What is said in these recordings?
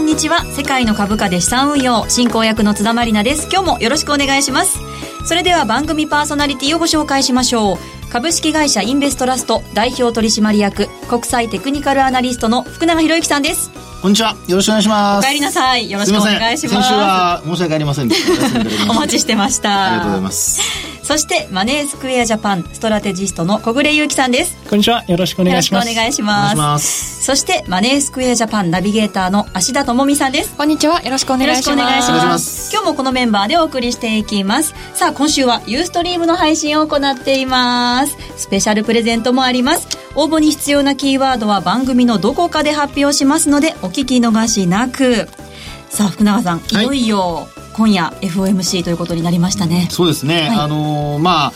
んにちは。世界の株価で資産運用進行役の津田まりなです。今日もよろしくお願いします。それでは番組パーソナリティをご紹介しましょう。株式会社インベストラスト代表取締役国際テクニカルアナリストの福永博之さんです。 こんにちは、よろしくお願いします。 お帰りなさい、よろしくお願いします。 先週は申し訳ありませんでしたお待ちしてました。 ありがとうございます。 そしてマネースクエアジャパンストラテジストの小暮優樹さんです。 こんにちは、よろしくお願いします。 よろしくお願いします。そしてマネースクエアジャパンナビゲーターの芦田智美さんです。 こんにちは、よろしくお願いします。 今日もこのメンバーでお送りしていきます。さあ、今週はユーストリームの配信を行っています。スペシャルプレゼントもあります。応募に必要なキーワードは番組のどこかで発表しますのでお聞き逃しなく。さあ、福永さん、いよいよ今夜 FOMC ということになりましたね。 そうですね、 はい、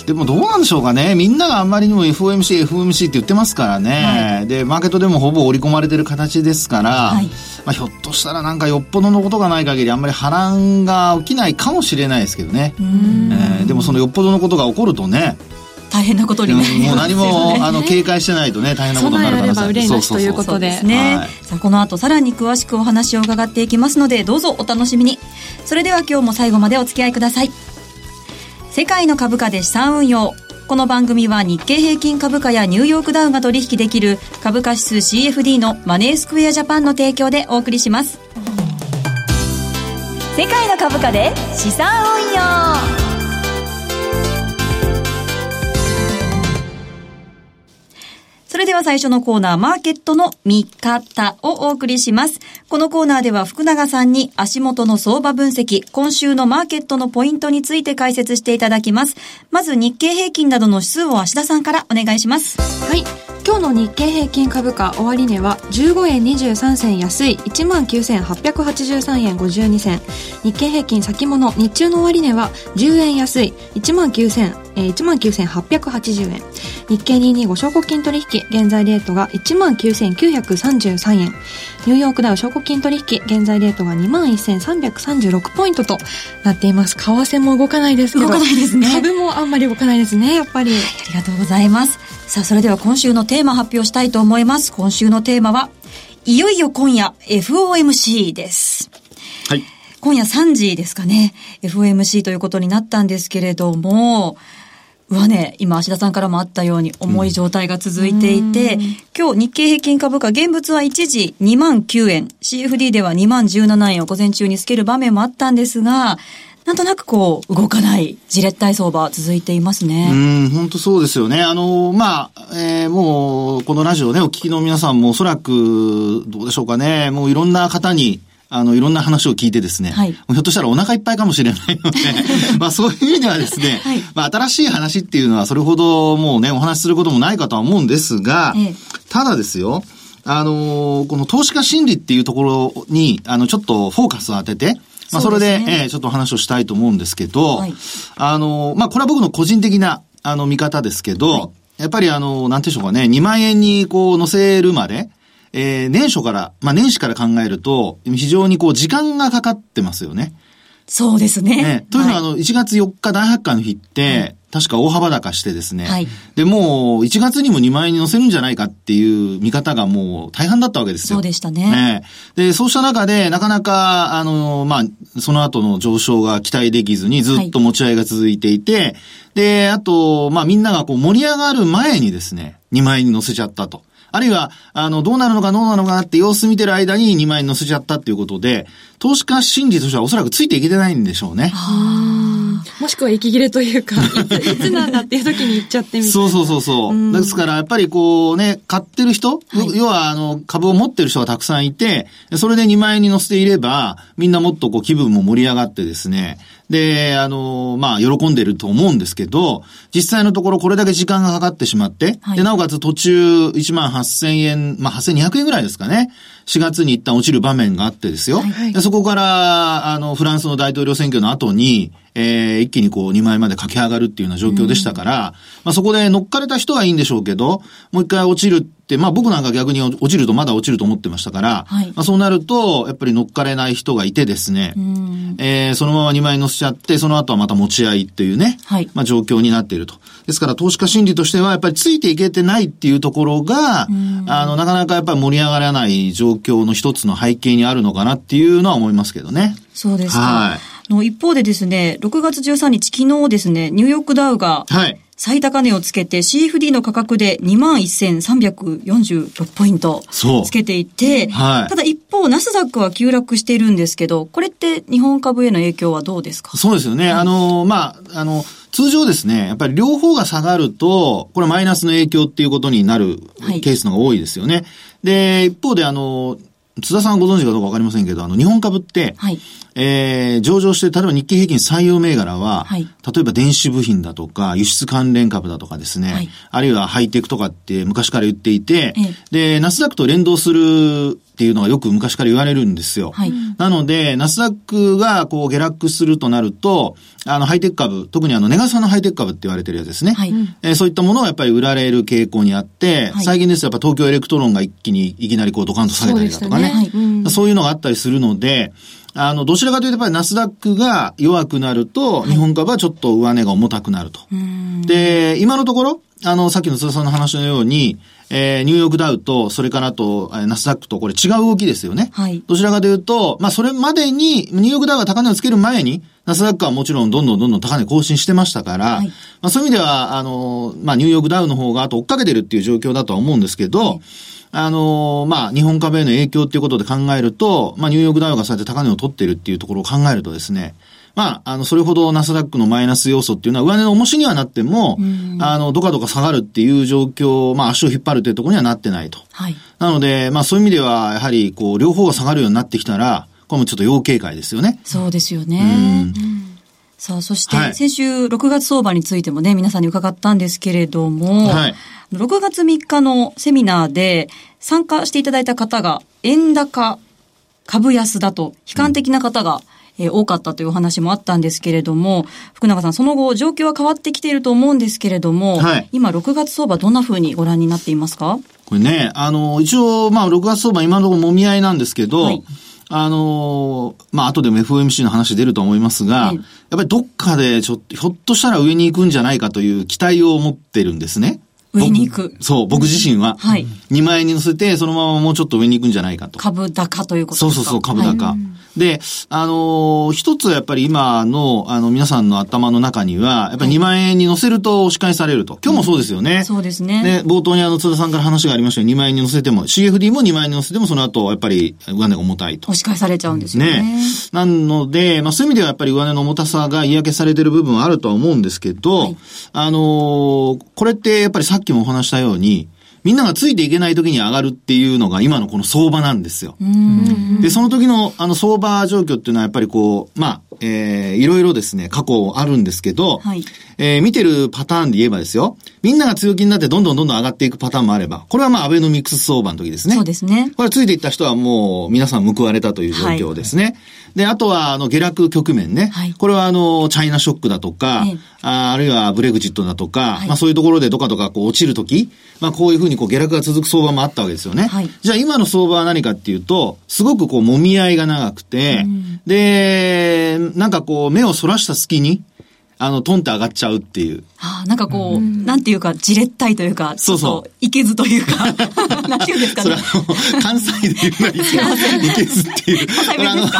でもどうなんでしょうかね。みんながあんまりにも FOMC って言ってますからね、はい、でマーケットでもほぼ織り込まれてる形ですから、はい、ひょっとしたらなんかよっぽどのことがない限りあんまり波乱が起きないかもしれないですけどね。でもそのよっぽどのことが起こるとね、 大変なことになりますよね。 もう何も警戒してないとね、大変なことになるから備えあれば憂いなしということで、 ね。 はい、 さあ、この後さらに詳しくお話を伺っていきますので、どうぞお楽しみに。それでは今日も最後までお付き合いください。世界の株価で資産運用。この番組は日経平均株価やニューヨークダウが取引できる株価指数 CFD のマネースクエアジャパンの提供でお送りします。世界の株価で資産運用。それでは最初のコーナー、マーケットの見方をお送りします。このコーナーでは福永さんに足元の相場分析、今週のマーケットのポイントについて解説していただきます。まず日経平均などの指数を芦田さんからお願いします。 はい。今日の日経平均株価終値は15円23銭安い 19,883 円52銭。日経平均先物日中の終値は10円安い 19,880 円。日経225証拠金取引現在レートが 19,933 円。ニューヨークダウ証拠金取引現在レートが 21,336 ポイントとなっています。為替も動かないですけど、 動かないですね。 株もあんまり動かないですね、やっぱり。 はい、ありがとうございます。さあ、それでは今週のテーマ発表したいと思います。今週のテーマはいよいよ今夜 FOMC です。 はい。 今夜3時ですかね、 FOMC ということになったんですけれども、上値、今芦田さんからもあったように重い状態が続いていて、今日日経平均株価現物は一時2万9円 CFD では2万17円を午前中につける場面もあったんですが、なんとなく動かないじれったい相場続いていますね。 本当そうですよね。もうこのラジオねお聞きの皆さんもおそらくどうでしょうかね、もういろんな方にいろんな話を聞いてですね、はい、ひょっとしたらお腹いっぱいかもしれないのでそういう意味ではですね、はい、新しい話っていうのはそれほどもうねお話しすることもないかとは思うんですが、ただですよ、この投資家心理っていうところにちょっとフォーカスを当てて、それで、ちょっと話をしたいと思うんですけど、はい、これは僕の個人的な見方ですけど、はい、やっぱりなんていうんでしょうかね、2万円に乗せるまで年始から考えると、非常に時間がかかってますよね。 そうですね。 というのは、1月4日大発会の日って、確か大幅高してですね。はい、で、もう、1月にも2万円に乗せるんじゃないかっていう見方がもう大半だったわけですよ。 そうでしたね。 で、そうした中で、なかなか、その後の上昇が期待できずにずっと持ち合いが続いていて、はい、で、あと、みんなが盛り上がる前にですね、2万円に乗せちゃったと。あるいは、どうなるのかって様子見てる間に2万円乗せちゃったっていうことで、投資家心理としてはおそらくついていけてないんでしょうね。 もしくは息切れというか、いつなんだっていう時に言っちゃってみたいな。 そう。ですから、やっぱり買ってる人、はい、要は株を持ってる人がたくさんいて、それで2万円に乗せていれば、みんなもっと気分も盛り上がってですね、で、喜んでると思うんですけど、実際のところこれだけ時間がかかってしまって、はい、で、なおかつ途中18,000円、8,200円ぐらいですかね。4月に一旦落ちる場面があってですよ。はいはい、でそこから、フランスの大統領選挙の後に、 一気にこう2万円まで駆け上がるっていうような状況でしたから、まあそこで乗っかれた人はいいんでしょうけど、もう一回落ちるって、まあ僕なんか逆に落ちるとまだ落ちると思ってましたから、はい、まあそうなると、やっぱり乗っかれない人がいてですね、そのまま2万円乗せちゃって、その後はまた持ち合いっていうね、はい、まあ状況になっていると。ですから投資家心理としてはやっぱりついていけてないっていうところが、なかなかやっぱり盛り上がらない状況の一つの背景にあるのかなっていうのは思いますけどね。 そうですか。はい。一方でですね、6月13日昨日ですね、ニューヨークダウが、はい。最高値をつけて CFD の価格で 21,346 ポイントつけていて、はい、ただ一方ナスダックは急落しているんですけど、これって日本株への影響はどうですか？ そうですよね。通常ですね、やっぱり両方が下がると、これマイナスの影響っていうことになるケースのが多いですよね。はい、で、一方で津田さんご存知かどうかわかりませんけど、日本株って、はい、上場して、例えば日経平均採用銘柄は、はい、例えば電子部品だとか、輸出関連株だとかですね、はい、あるいはハイテクとかって昔から言っていて、で、ナスダックと連動するっていうのがよく昔から言われるんですよ。はい、なので、ナスダックがこう下落するとなると、ハイテク株、特にネガサのハイテク株って言われてるやつですね。はい、そういったものがやっぱり売られる傾向にあって、はい、最近ですとやっぱ東京エレクトロンがいきなりこうドカンと下げたりだとかね。そういうのがあったりするので、どちらかというとやっぱりナスダックが弱くなると、日本株はちょっと上値が重たくなると。で、今のところ、さっきの津田さんの話のように、ニューヨークダウと、それからと、ナスダックとこれ違う動きですよね。はい。どちらかというと、まあ、それまでに、ニューヨークダウが高値をつける前に、ナスダックはもちろんどんどん高値更新してましたから、はい、まあ、そういう意味では、ニューヨークダウの方があと追っかけてるっていう状況だとは思うんですけど、はい、日本株への影響っていうことで考えると、ニューヨークダウがそうやって高値を取ってるっていうところを考えるとですね、それほどナスダックのマイナス要素っていうのは上値の重しにはなっても、どかどか下がるっていう状況、足を引っ張るというところにはなってないと。はい。なので、そういう意味では、やはり、両方が下がるようになってきたら、これもちょっと要警戒ですよね。 そうですよね。さあ、そして、先週6月相場についてもね、皆さんに伺ったんですけれども、はい。6月3日のセミナーで参加していただいた方が、円高、株安だと、悲観的な方が、多かったというお話もあったんですけれども、福永さん、その後、状況は変わってきていると思うんですけれども、はい、今、6月相場、どんな風にご覧になっていますか？ これね、一応、6月相場、今のところもみ合いなんですけど、はい、後でも FOMC の話出ると思いますが、はい、やっぱりどっかでひょっとしたら上に行くんじゃないかという期待を持ってるんですね。 上に行く。 そう、僕自身は。はい。2万円に乗せて、そのままもうちょっと上に行くんじゃないかと。 株高ということですか？ そう、株高。はい、で、一つはやっぱり今の、皆さんの頭の中には、やっぱり2万円に乗せると押し返されると。今日もそうですよね。 そうですね。 で、冒頭に津田さんから話がありましたように、2万円に乗せても、CFD も2万円に乗せても、その後、やっぱり上値が重たいと。 押し返されちゃうんですよね。 ね。なので、そういう意味ではやっぱり上値の重たさが嫌気されてる部分はあるとは思うんですけど、はい、これってやっぱりさっきもお話したように、みんながついていけない時に上がるっていうのが今のこの相場なんですよ。で、その時の相場状況っていうのはやっぱりいろいろですね、過去あるんですけど、はい、見てるパターンで言えばですよ、みんなが強気になってどんどん上がっていくパターンもあれば、これはアベノミクス相場の時ですね。 そうですね。 これついていった人はもう皆さん報われたという状況ですね。はい、で、あとは下落局面ね。はい、これはチャイナショックだとか、あるいはブレグジットだとか、はい、そういうところでどかどか落ちるとき、こういうふうに下落が続く相場もあったわけですよね。はい、じゃあ今の相場は何かっていうと、すごく揉み合いが長くて、で、目をそらした隙に、トンって上がっちゃうっていう。 なんていうか、じれったいというか、いけずというか、なんていうんですかね。 それ関西で言うのはいいですけど、いけずっていう。関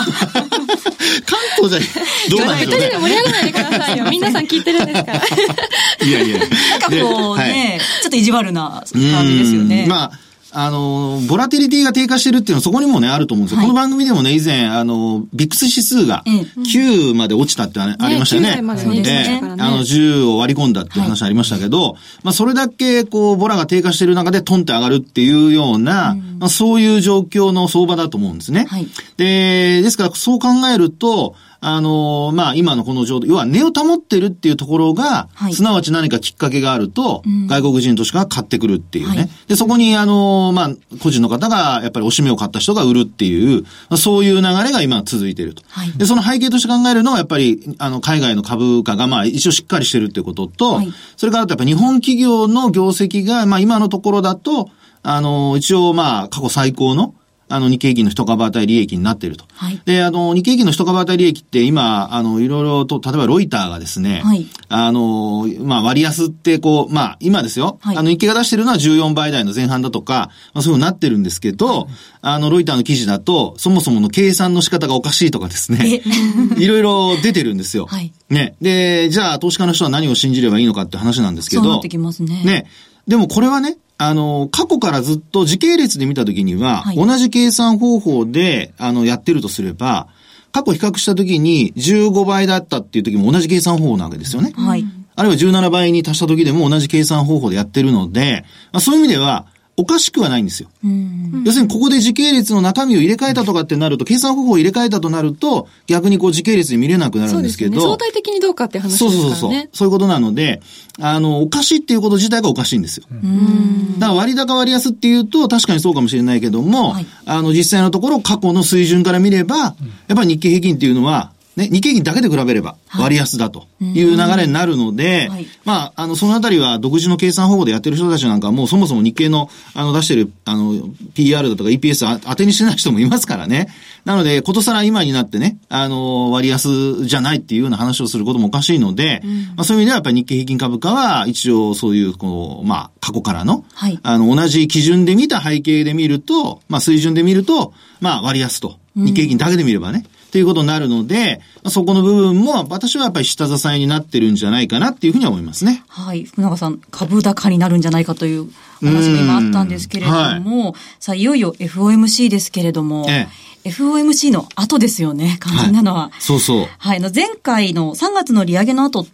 東じゃどうなんでしょうね。一人で盛り上がないでくださいよ。皆さん聞いてるんですから。いや。 ちょっと意地悪な感じですよね。 ボラティリティが低下してるっていうのはそこにもね、あると思うんですよ。はい、この番組でもね、以前、ビックス指数が9まで落ちたってありましたよね。9まで落ちましたからね。10を割り込んだっていう話ありましたけど、それだけ、ボラが低下してる中でトンって上がるっていうような、そういう状況の相場だと思うんですね。はい、ですから、そう考えると、 今のこの状況、要は値を保ってるっていうところが、 はい、 すなわち何かきっかけがあると、外国人投資家が買ってくるっていうね。はい、で、そこに個人の方が、やっぱりおしめを買った人が売るっていう、そういう流れが今続いていると。はい、で、その背景として考えるのは、やっぱり、海外の株価が、一応しっかりしてるっていうことと、はい、それからやっぱり日本企業の業績が、今のところだと、一応過去最高の、日経平均の一株当たり利益になっていると。はい、で、日経平均の一株当たり利益って今、いろいろと、例えばロイターがですね、はい、割安って今ですよ、はい、日経が出してるのは14倍台の前半だとか、そういうふうになってるんですけど、ロイターの記事だと、そもそもの計算の仕方がおかしいとかですね、いろいろ出てるんですよ。はい、ね。で、じゃあ投資家の人は何を信じればいいのかって話なんですけど、 そうなってきますね。 ね。でもこれはね、過去からずっと時系列で見たときには、はい、同じ計算方法で、やってるとすれば、過去比較したときに15倍だったっていうときも同じ計算方法なわけですよね。はい。あるいは17倍に足したときでも同じ計算方法でやってるので、そういう意味では、おかしくはないんですよ。要するにここで時系列の中身を入れ替えたとかってなると、計算方法を入れ替えたとなると、逆に時系列で見れなくなるんですけど。 そうですね。相対的にどうかって話ですからね。 そういうことなので、おかしいっていうこと自体がおかしいんですよ。だから割高割安っていうと確かにそうかもしれないけども、はい、実際のところ過去の水準から見れば、やっぱり日経平均っていうのは、ね、日経平均だけで比べれば割安だという流れになるので、はい、そのあたりは独自の計算方法でやってる人たちなんかはもうそもそも日経の出してるPR だとか EPS 当てにしてない人もいますからね。なので、ことさら今になってね、割安じゃないっていうような話をすることもおかしいので、そういう意味ではやっぱり日経平均株価は一応そういう過去からの、はい、同じ基準で見た背景で見ると、水準で見ると、割安と。日経平均だけで見ればね。っていうことになるので、そこの部分も私はやっぱり下支えになってるんじゃないかなっていうふうには思いますね。 はい。福永さん、株高になるんじゃないかという話が今あったんですけれども、はい、さあ、いよいよ FOMC ですけれども、FOMC の後ですよね、肝心なのは。はい、 そうそう。 はい。前回の3月の利上げの後って、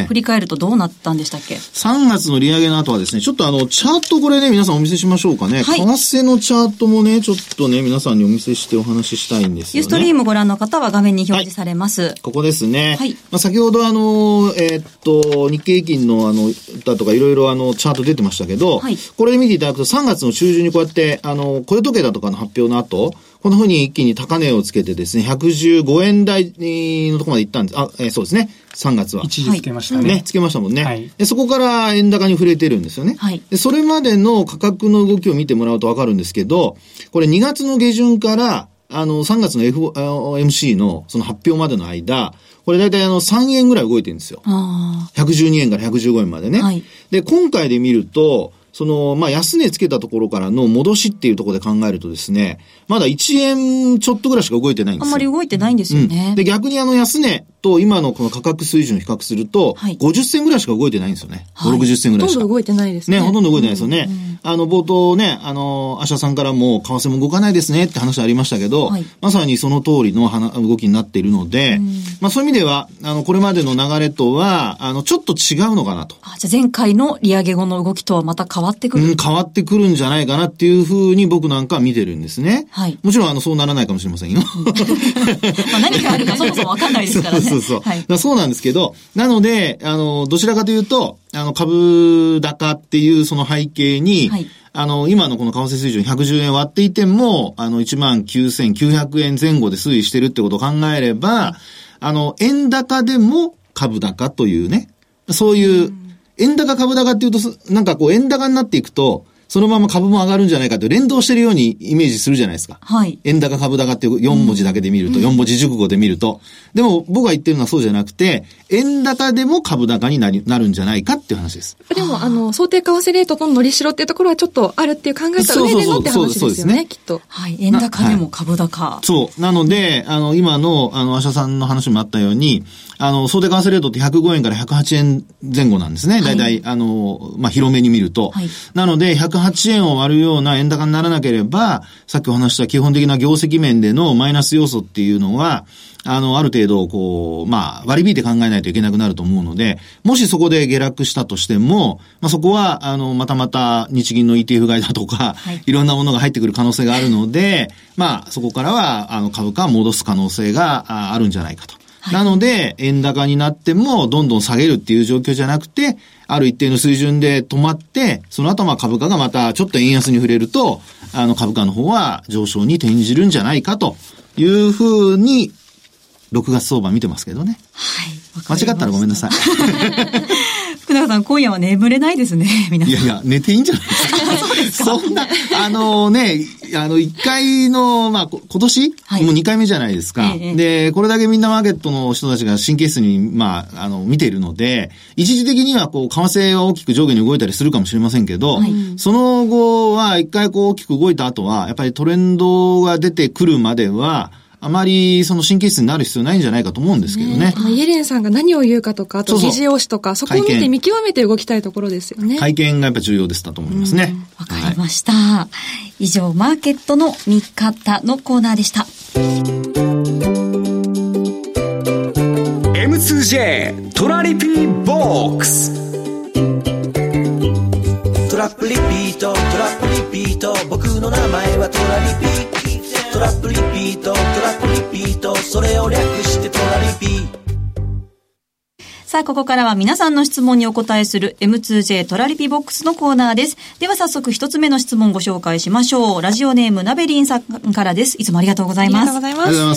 振り返るとどうなったんでしたっけ ？3月の利上げの後はですね、ちょっとチャートこれね、皆さんお見せしましょうかね。はい。為替のチャートもね、ちょっとね、皆さんにお見せしてお話ししたいんですよね。 ユーストリームご覧の方は画面に表示されます。はい、 ここですね。はい。先ほど日経平均のだとかいろいろチャート出てましたけど、はい。これで見ていただくと3月の中旬にこうやって、雇用統計だとかの発表の後、こんな風に一気に高値をつけてですね、115円台のところまで行ったんです。そうですね。3月は。 一時つけましたね。 ね、つけましたもんね。はい。で、そこから円高に触れてるんですよね。はい。で、それまでの価格の動きを見てもらうとわかるんですけど、これ2月の下旬から、3月の FOMC のその発表までの間、これ大体3円ぐらい動いてるんですよ。112円から115円までね。はい。で、今回で見ると、安値つけたところからの戻しっていうところで考えるとですね、まだ1円ちょっとぐらいしか動いてないんですよ。 あんまり動いてないんですよね。 で、逆に安値と今のこの価格水準を比較すると、はい、50銭ぐらいしか動いてないんですよね。はい、5、60銭ぐらいしか。 ほとんど動いてないですね。 ね、ほとんど動いてないですよね。冒頭ね、アシャさんからも、為替も動かないですねって話ありましたけど、はい、まさにその通りの動きになっているので、そういう意味では、これまでの流れとは、ちょっと違うのかなと。 じゃあ前回の利上げ後の動きとはまた変わってくる？ 変わってくるんじゃないかなっていうふうに僕なんかは見てるんですね。はい。もちろんそうならないかもしれませんよ。 何があるかそもそもわかんないですからね。 そう。はい、そうなんですけど、なので、どちらかというと、株高っていうその背景に、はい、今のこの為替水準110円割っていても、19,900円前後で推移してるってことを考えれば、円高でも株高というね、そういう、円高株高っていうと、なんか円高になっていくと、そのまま株も上がるんじゃないかと連動してるようにイメージするじゃないですか。はい。円高株高っていう4文字だけで見ると、4文字熟語で見ると。でも僕が言ってるのはそうじゃなくて、円高でも株高になるんじゃないかっていう話です。 でも想定為替レートとの乗りしろっていうところはちょっとあるっていう考えた上でのって話ですよね、きっと。 はい。円高でも株高。 そう。なので、今の、アシャさんの話もあったように、想定為替レートって105円から108円前後なんですね。だいたい、広めに見ると。はい、なので、108円を割るような円高にならなければ、さっきお話した基本的な業績面でのマイナス要素っていうのは、ある程度、割り引いて考えないといけなくなると思うので、もしそこで下落したとしても、そこは、また日銀の ETF 買いだとか、はい、いろんなものが入ってくる可能性があるので、そこからは、株価を戻す可能性があるんじゃないかと。 なので、円高になってもどんどん下げるっていう状況じゃなくて、ある一定の水準で止まって、その後株価がまたちょっと円安に触れると、株価の方は上昇に転じるんじゃないかというふうに、6月相場見てますけどね。 はい。 間違ったらごめんなさい。 福永さん、今夜は眠れないですね、皆さん。 いや、寝ていいんじゃないですか。 そうですか。 そんな、1回の、今年、はい、もう2回目じゃないですか。で、これだけみんなマーケットの人たちが神経質に、見ているので、一時的には為替は大きく上下に動いたりするかもしれませんけど、はい、その後は1回大きく動いた後は、やっぱりトレンドが出てくるまでは、あまりその神経質になる必要ないんじゃないかと思うんですけどね。 イエレンさんが何を言うかとか、あと議事要旨とか、そこを見て見極めて動きたいところですよね。 会見がやっぱり重要でしたと思いますね。 わかりました。はい、以上、マーケットの見方のコーナーでした。 M2J トラリピーボックス。 トラップリピート、トラップリピート、僕の名前はトラリピート。トラップリピート、トラップリピート、それを略してトラリピ。 さあ、ここからは皆さんの質問にお答えする M2J トラリピボックスのコーナーです。では早速一つ目の質問ご紹介しましょう。ラジオネームナベリンさんからです。いつもありがとうございます。 ありがとうございます。 ありがとうございます。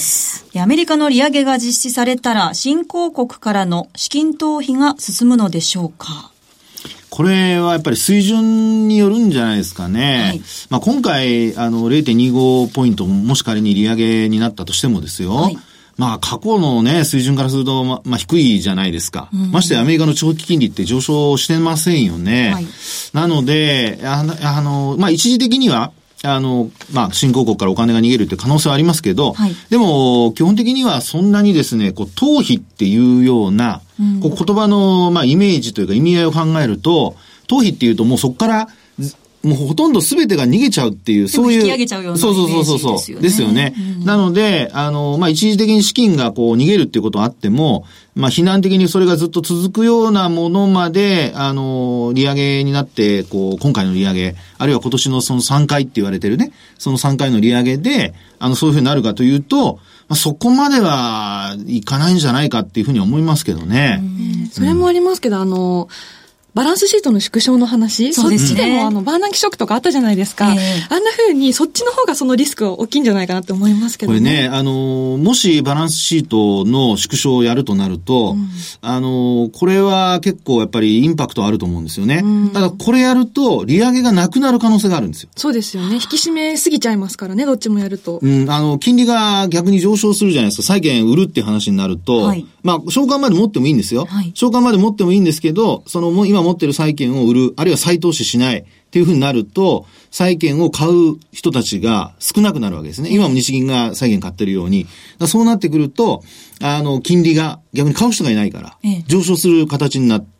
アメリカの利上げが実施されたら、新興国からの資金逃避が進むのでしょうか？ これはやっぱり水準によるんじゃないですかね。はい、今回、0.25 ポイントもし仮に利上げになったとしてもですよ。はい、過去のね、水準からすると、低いじゃないですか。ましてアメリカの長期金利って上昇してませんよね。はい、なので、一時的には、新興国からお金が逃げるっていう可能性はありますけど、はい、でも、基本的にはそんなにですね、逃避っていうような、言葉の、イメージというか意味合いを考えると、逃避っていうともうそこから、もうほとんど全てが逃げちゃうっていう、そういう。 引き上げちゃうようなイメージですよね。 ですよね。なので、一時的に資金が逃げるっていうことはあっても、避難的にそれがずっと続くようなものまで、利上げになって、今回の利上げ、あるいは今年のその3回って言われてるね、その3回の利上げで、そういうふうになるかというと、そこまではいかないんじゃないかっていうふうに思いますけどね。 それもありますけど、バランスシートの縮小の話、 そうですね、 そっちでもバーナンキショックとかあったじゃないですか。あんな風にそっちの方がそのリスクが大きいんじゃないかなって思いますけどね。 これね、もしバランスシートの縮小をやるとなると、これは結構やっぱりインパクトあると思うんですよね。ただこれやると利上げがなくなる可能性があるんですよ。 そうですよね。引き締めすぎちゃいますからね、どっちもやると。 金利が逆に上昇するじゃないですか。債券売るっていう話になると、はい、償還まで持ってもいいんですよ。はい、償還まで持ってもいいんですけど、今持ってる債券を売る、あるいは再投資しないっていうふうになると、債券を買う人たちが少なくなるわけですね。今も日銀が債券買ってるように。そうなってくると、金利が逆に買う人がいないから、上昇する形になって、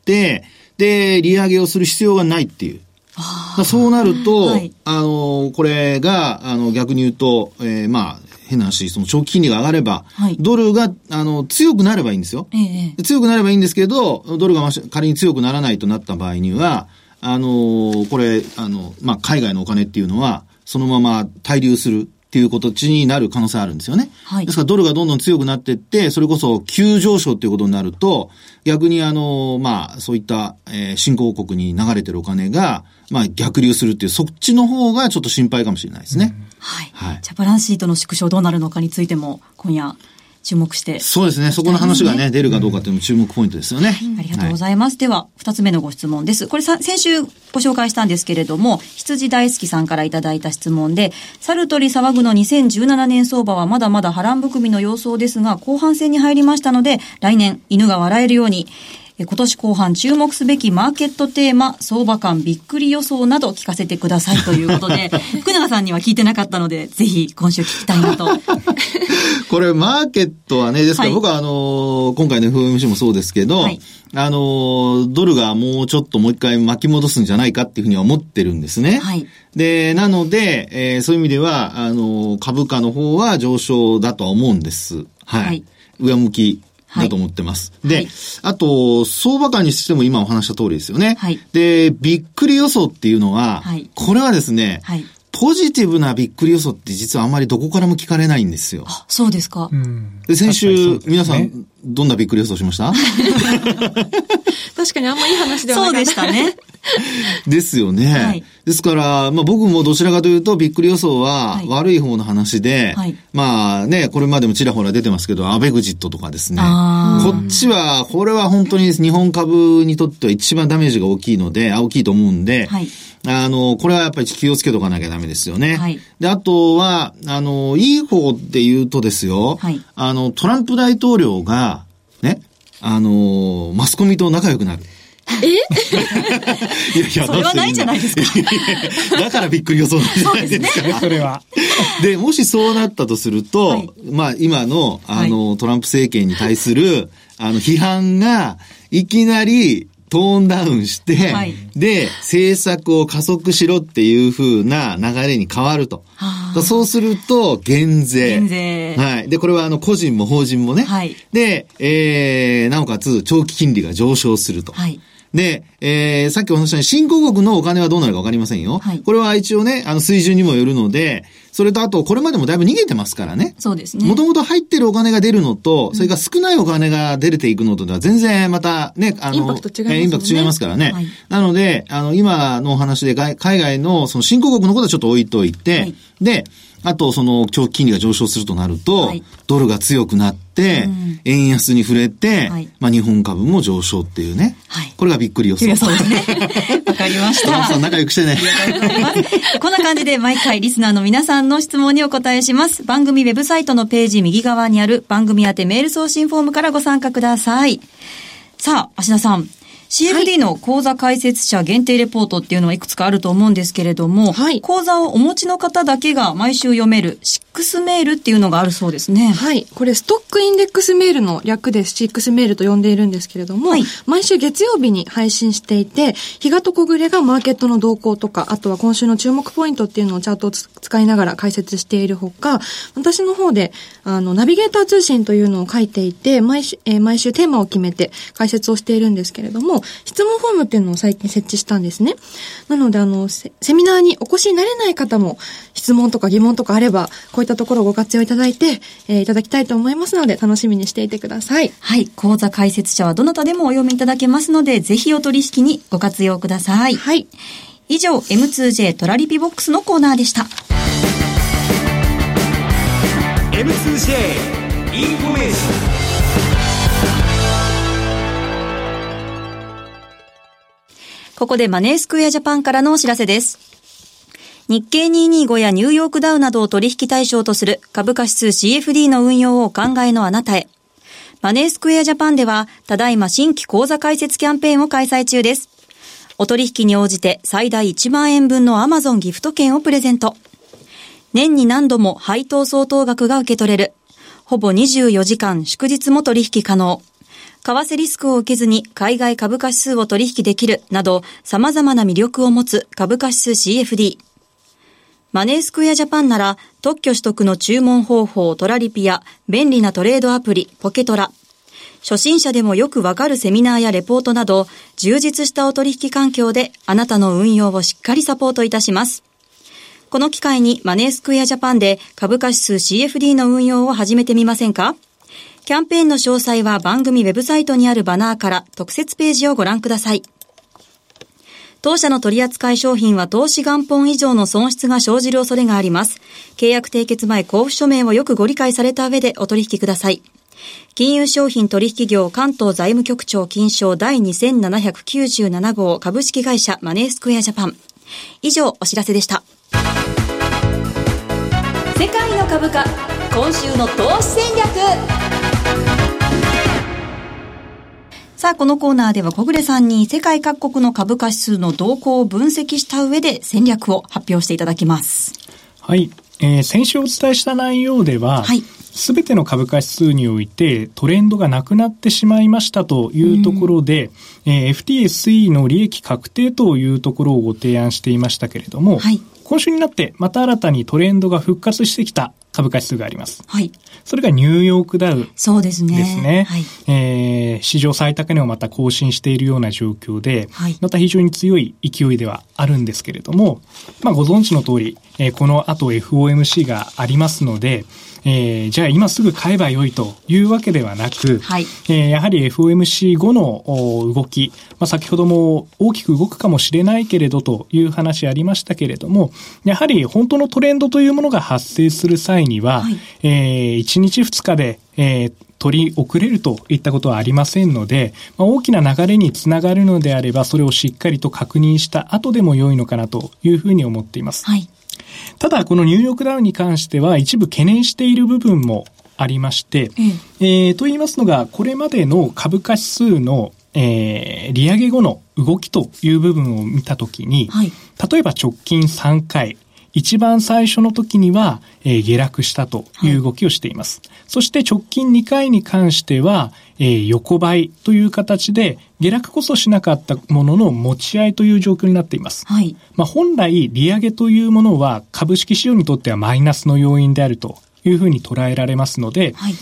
で、利上げをする必要がないっていう。そうなると、はい、これが、逆に言うと、変な話、その長期金利が上がれば、はい、ドルが、強くなればいいんですよ。強くなればいいんですけど、ドルが仮に強くならないとなった場合には、これ、海外のお金っていうのは、そのまま滞留するっていう形になる可能性あるんですよね。はい、ですからドルがどんどん強くなっていって、それこそ急上昇っていうことになると、逆にそういった、新興国に流れてるお金が、逆流するっていう、そっちの方がちょっと心配かもしれないですね。 はい。じゃあバランスシートの縮小どうなるのかについても、今夜、注目して。 そうですね。そこの話がね、出るかどうかというのも注目ポイントですよね。 ありがとうございます。はい、では、二つ目のご質問です。これ先週ご紹介したんですけれども、羊大好きさんからいただいた質問で、サルトリ騒ぐの2017年相場はまだまだ波乱含みの様相ですが、後半戦に入りましたので、来年、犬が笑えるように、今年後半注目すべきマーケットテーマ、相場感びっくり予想など聞かせてくださいということで、福永さんには聞いてなかったので、ぜひ今週聞きたいなと。 これマーケットはね、ですから僕は今回の FOMC もそうですけど、はい、ドルがもうちょっともう一回巻き戻すんじゃないかっていうふうには思ってるんですね。はい。で、なので、そういう意味では、株価の方は上昇だとは思うんです。はい。はい、上向き。だと思ってます。はい、で、はい、あと、相場感にしても今お話した通りですよね。はい、で、びっくり予想っていうのは、はい、これはですね、はい、 ポジティブなびっくり予想って実はあんまりどこからも聞かれないんですよ。 あ、そうですか。 で、先週、皆さん、どんなびっくり予想しました？ 確かにあんまいい話ではなかった。 そうでしたね。 ですよね。はい、ですから、僕もどちらかというと、びっくり予想は悪い方の話で、はい、これまでもちらほら出てますけど、アベグジットとかですね。こっちは、これは本当に日本株にとっては一番ダメージが大きいと思うんで、はい、これはやっぱり気をつけとかなきゃダメですよね。はい、で、あとは、いい方で言うとですよ、はい、トランプ大統領が、ね、マスコミと仲良くなる。 いや、それはないんじゃないですか。 だからびっくり予想なんじゃないですか。 そうですね、それは。 で、もしそうなったとすると、はい、今の、トランプ政権に対する、批判が、いきなり、トーンダウンして、はい、で、政策を加速しろっていう風な流れに変わると。そうすると、減税。はい。で、これは個人も法人もね。はい。で、なおかつ、長期金利が上昇すると。はい。で、さっきお話したように、新興国のお金はどうなるかわかりませんよ。はい。これは一応ね、水準にもよるので、それとあと、これまでもだいぶ逃げてますからね。 そうですね。 もともと入ってるお金が出るのと、それから少ないお金が出ていくのとでは全然またね、 インパクト違いますね。 インパクト違いますからね。はい、なので、今のお話で海外のその新興国のことはちょっと置いといて、はい、で、あと、長期金利が上昇するとなると、はい、ドルが強くなって、円安に触れて、はい、日本株も上昇っていうね。はい、これがびっくり予想。 そうですね。わかりました。 トランプさん仲良くしてね。 こんな感じで毎回リスナーの皆さんの質問にお答えします。番組ウェブサイトのページ右側にある番組宛てメール送信フォームからご参加ください。さあ、芦田さん。CFD の口座開設者限定レポートっていうのはいくつかあると思うんですけれども、はい、口座をお持ちの方だけが毎週読める6メールっていうのがあるそうですね。 はい。これストックインデックスメールの略で6メールと呼んでいるんですけれども、はい、毎週月曜日に配信していて、日がと小暮がマーケットの動向とか、あとは今週の注目ポイントっていうのをチャートを使いながら解説しているほか、私の方で、ナビゲーター通信というのを書いていて、毎週テーマを決めて解説をしているんですけれども、質問フォームっていうのを最近設置したんですね。なので、セミナーにお越しになれない方も、質問とか疑問とかあれば、こういったところをご活用いただいて、いただきたいと思いますので、楽しみにしていてください。 はい。口座開設者はどなたでもお読みいただけますので、ぜひお取引にご活用ください。はい。以上、M2J トラリピボックスのコーナーでした。 M2J インフォメーション。 ここでマネースクエアジャパンからのお知らせです。日経225やニューヨークダウなどを取引対象とする株価指数 CFD の運用をお考えのあなたへ。マネースクエアジャパンでは、ただいま新規口座開設キャンペーンを開催中です。お取引に応じて最大1万円分の Amazon ギフト券をプレゼント。年に何度も配当相当額が受け取れる。ほぼ24時間祝日も取引可能。為替リスクを受けずに海外株価指数を取引できるなど様々な魅力を持つ株価指数 CFD。マネースクエアジャパンなら特許取得の注文方法トラリピや便利なトレードアプリポケトラ。初心者でもよくわかるセミナーやレポートなど充実したお取引環境であなたの運用をしっかりサポートいたします。この機会にマネースクエアジャパンで株価指数 CFD の運用を始めてみませんか？キャンペーンの詳細は番組ウェブサイトにあるバナーから特設ページをご覧ください。当社の取扱い商品は投資元本以上の損失が生じる恐れがあります。契約締結前交付書面をよくご理解された上でお取引ください。金融商品取引業関東財務局長金賞第2797号株式会社マネースクエアジャパン。以上お知らせでした。世界の株価、今週の投資戦略。さあ、このコーナーでは小暮さんに世界各国の株価指数の動向を分析した上で戦略を発表していただきます。 はい。先週お伝えした内容では、はい。すべての株価指数においてトレンドがなくなってしまいましたというところで、FTSE の利益確定というところをご提案していましたけれども、はい。今週になってまた新たにトレンドが復活してきた株価指数があります。 はい。 それがニューヨークダウそうですね。 ですね。 はい。 史上最高値をまた更新しているような状況で、 はい、 また非常に強い勢いではあるんですけれども、ご存知の通り、この後 FOMC がありますので、じゃあ今すぐ買えばよいというわけではなく、 はい、 やはり FOMC 後の動き、先ほども大きく動くかもしれないけれどという話ありましたけれども、やはり本当のトレンドというものが発生する際には、はい、1日2日で、取り遅れるといったことはありませんので、大きな流れにつながるのであれば、それをしっかりと確認した後でも良いのかなというふうに思っています。 はい、 ただ、このニューヨークダウに関しては一部懸念している部分もありまして、と言いますのが、これまでの株価指数の、利上げ後の動きという部分を見たときに、はい、例えば直近3回、一番最初の時には、下落したという動きをしています。はい、そして直近2回に関しては、横ばいという形で下落こそしなかったものの持ち合いという状況になっています。はい、本来利上げというものは株式市場にとってはマイナスの要因であるというふうに捉えられますので、はい、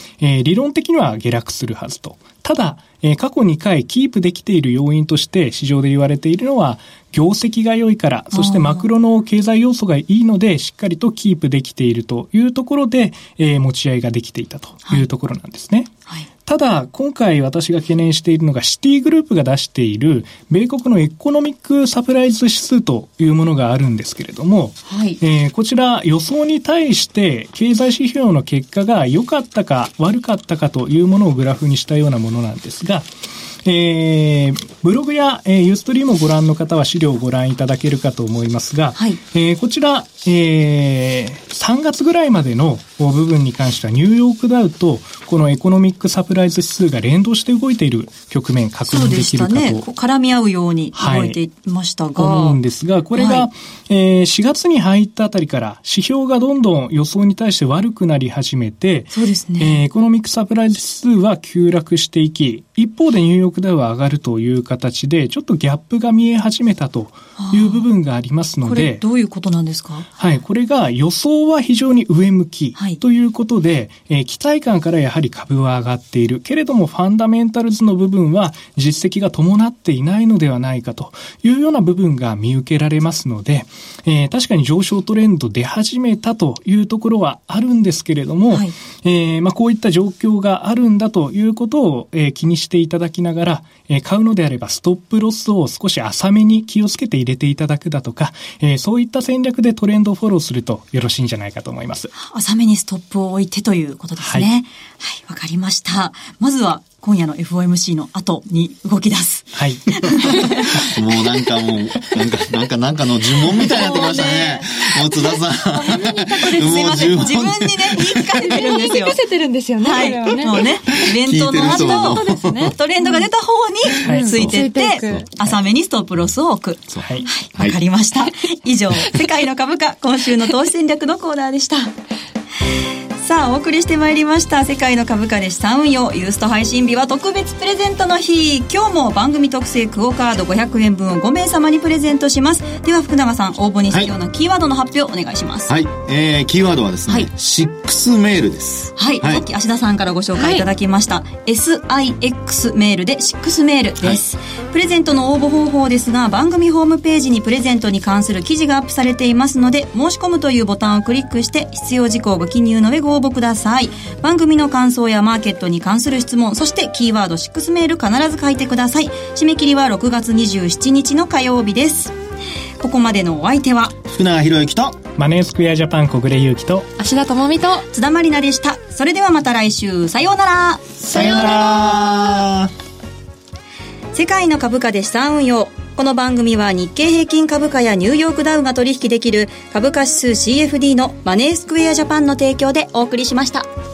理論的には下落するはずと。ただ、過去2回キープできている要因として市場で言われているのは、業績が良いから、そしてマクロの経済要素がいいので、しっかりとキープできているというところで、持ち合いができていたというところなんですね。はいはい、ただ、今回私が懸念しているのがシティグループが出している米国のエコノミックサプライズ指数というものがあるんですけれども、はい、こちら予想に対して経済指標の結果が良かったか悪かったかというものをグラフにしたようなものなんですが、ブログや、ユーストリームをご覧の方は資料をご覧いただけるかと思いますが、はい、こちら、3月ぐらいまでの部分に関してはニューヨークダウとこのエコノミックサプライズ指数が連動して動いている局面確認できるかと。そうでしたね。 絡み合うように動いていましたが、 はい、思うんですが、これが、はい、4月に入ったあたりから指標がどんどん予想に対して悪くなり始めて、 そうですね。 エコノミックサプライズ指数は急落していき、一方でニューヨークダウは上がるという形で、ちょっとギャップが見え始めたという部分がありますので、 これどういうことなんですか？ はい、これが予想は非常に上向きということで、期待感からやはり株は上がっているけれども、ファンダメンタルズの部分は実績が伴っていないのではないかというような部分が見受けられますので、確かに上昇トレンド出始めたというところはあるんですけれども、はい、こういった状況があるんだということを、気にしていただきながら、買うのであればストップロスを少し浅めに気をつけて入れていただくだとか、そういった戦略でトレンドをフォローするとよろしいんじゃないかと思います。 浅めにストップを置いてということですね。はい、わかりました。まずは今夜の FOMC の後に動き出す。 はい。 もうなんかなんかの呪文みたいになってましたね。もう津田さん。 すいません。自分にね、言い聞かせてるんですよ。 言い聞かせてるんですよね。 はい。もうね、イベントの後、トレンドが出た方についてって、浅めにストップロスを置く。はい。わかりました。以上、世界の株価、今週の投資戦略のコーナーでした。さあ、お送りしてまいりました世界の株価で資産運用ユースト配信日は特別プレゼントの日。今日も番組特製クオカード500円分を5名様にプレゼントします。では福永さん、応募に必要なキーワードの発表お願いします。 はい、キーワードはですね、はい、6メールです。 はい、さっき芦田さんからご紹介いただきました、はい、SIX メールで6メールです、はい、プレゼントの応募方法ですが、番組ホームページにプレゼントに関する記事がアップされていますので、申し込むというボタンをクリックして必要事項をご記入の上ご応募ください。番組の感想やマーケットに関する質問、そしてキーワード6メール必ず書いてください。締め切りは6月27日の火曜日です。ここまでのお相手は福永博之とマネースクエアジャパン小暮優樹と芦田智美と津田まりなでした。それではまた来週、さようなら。 さようなら。 世界の株価で資産運用。この番組は日経平均株価やニューヨークダウが取引できる株価指数 CFD のマネースクエアジャパンの提供でお送りしました。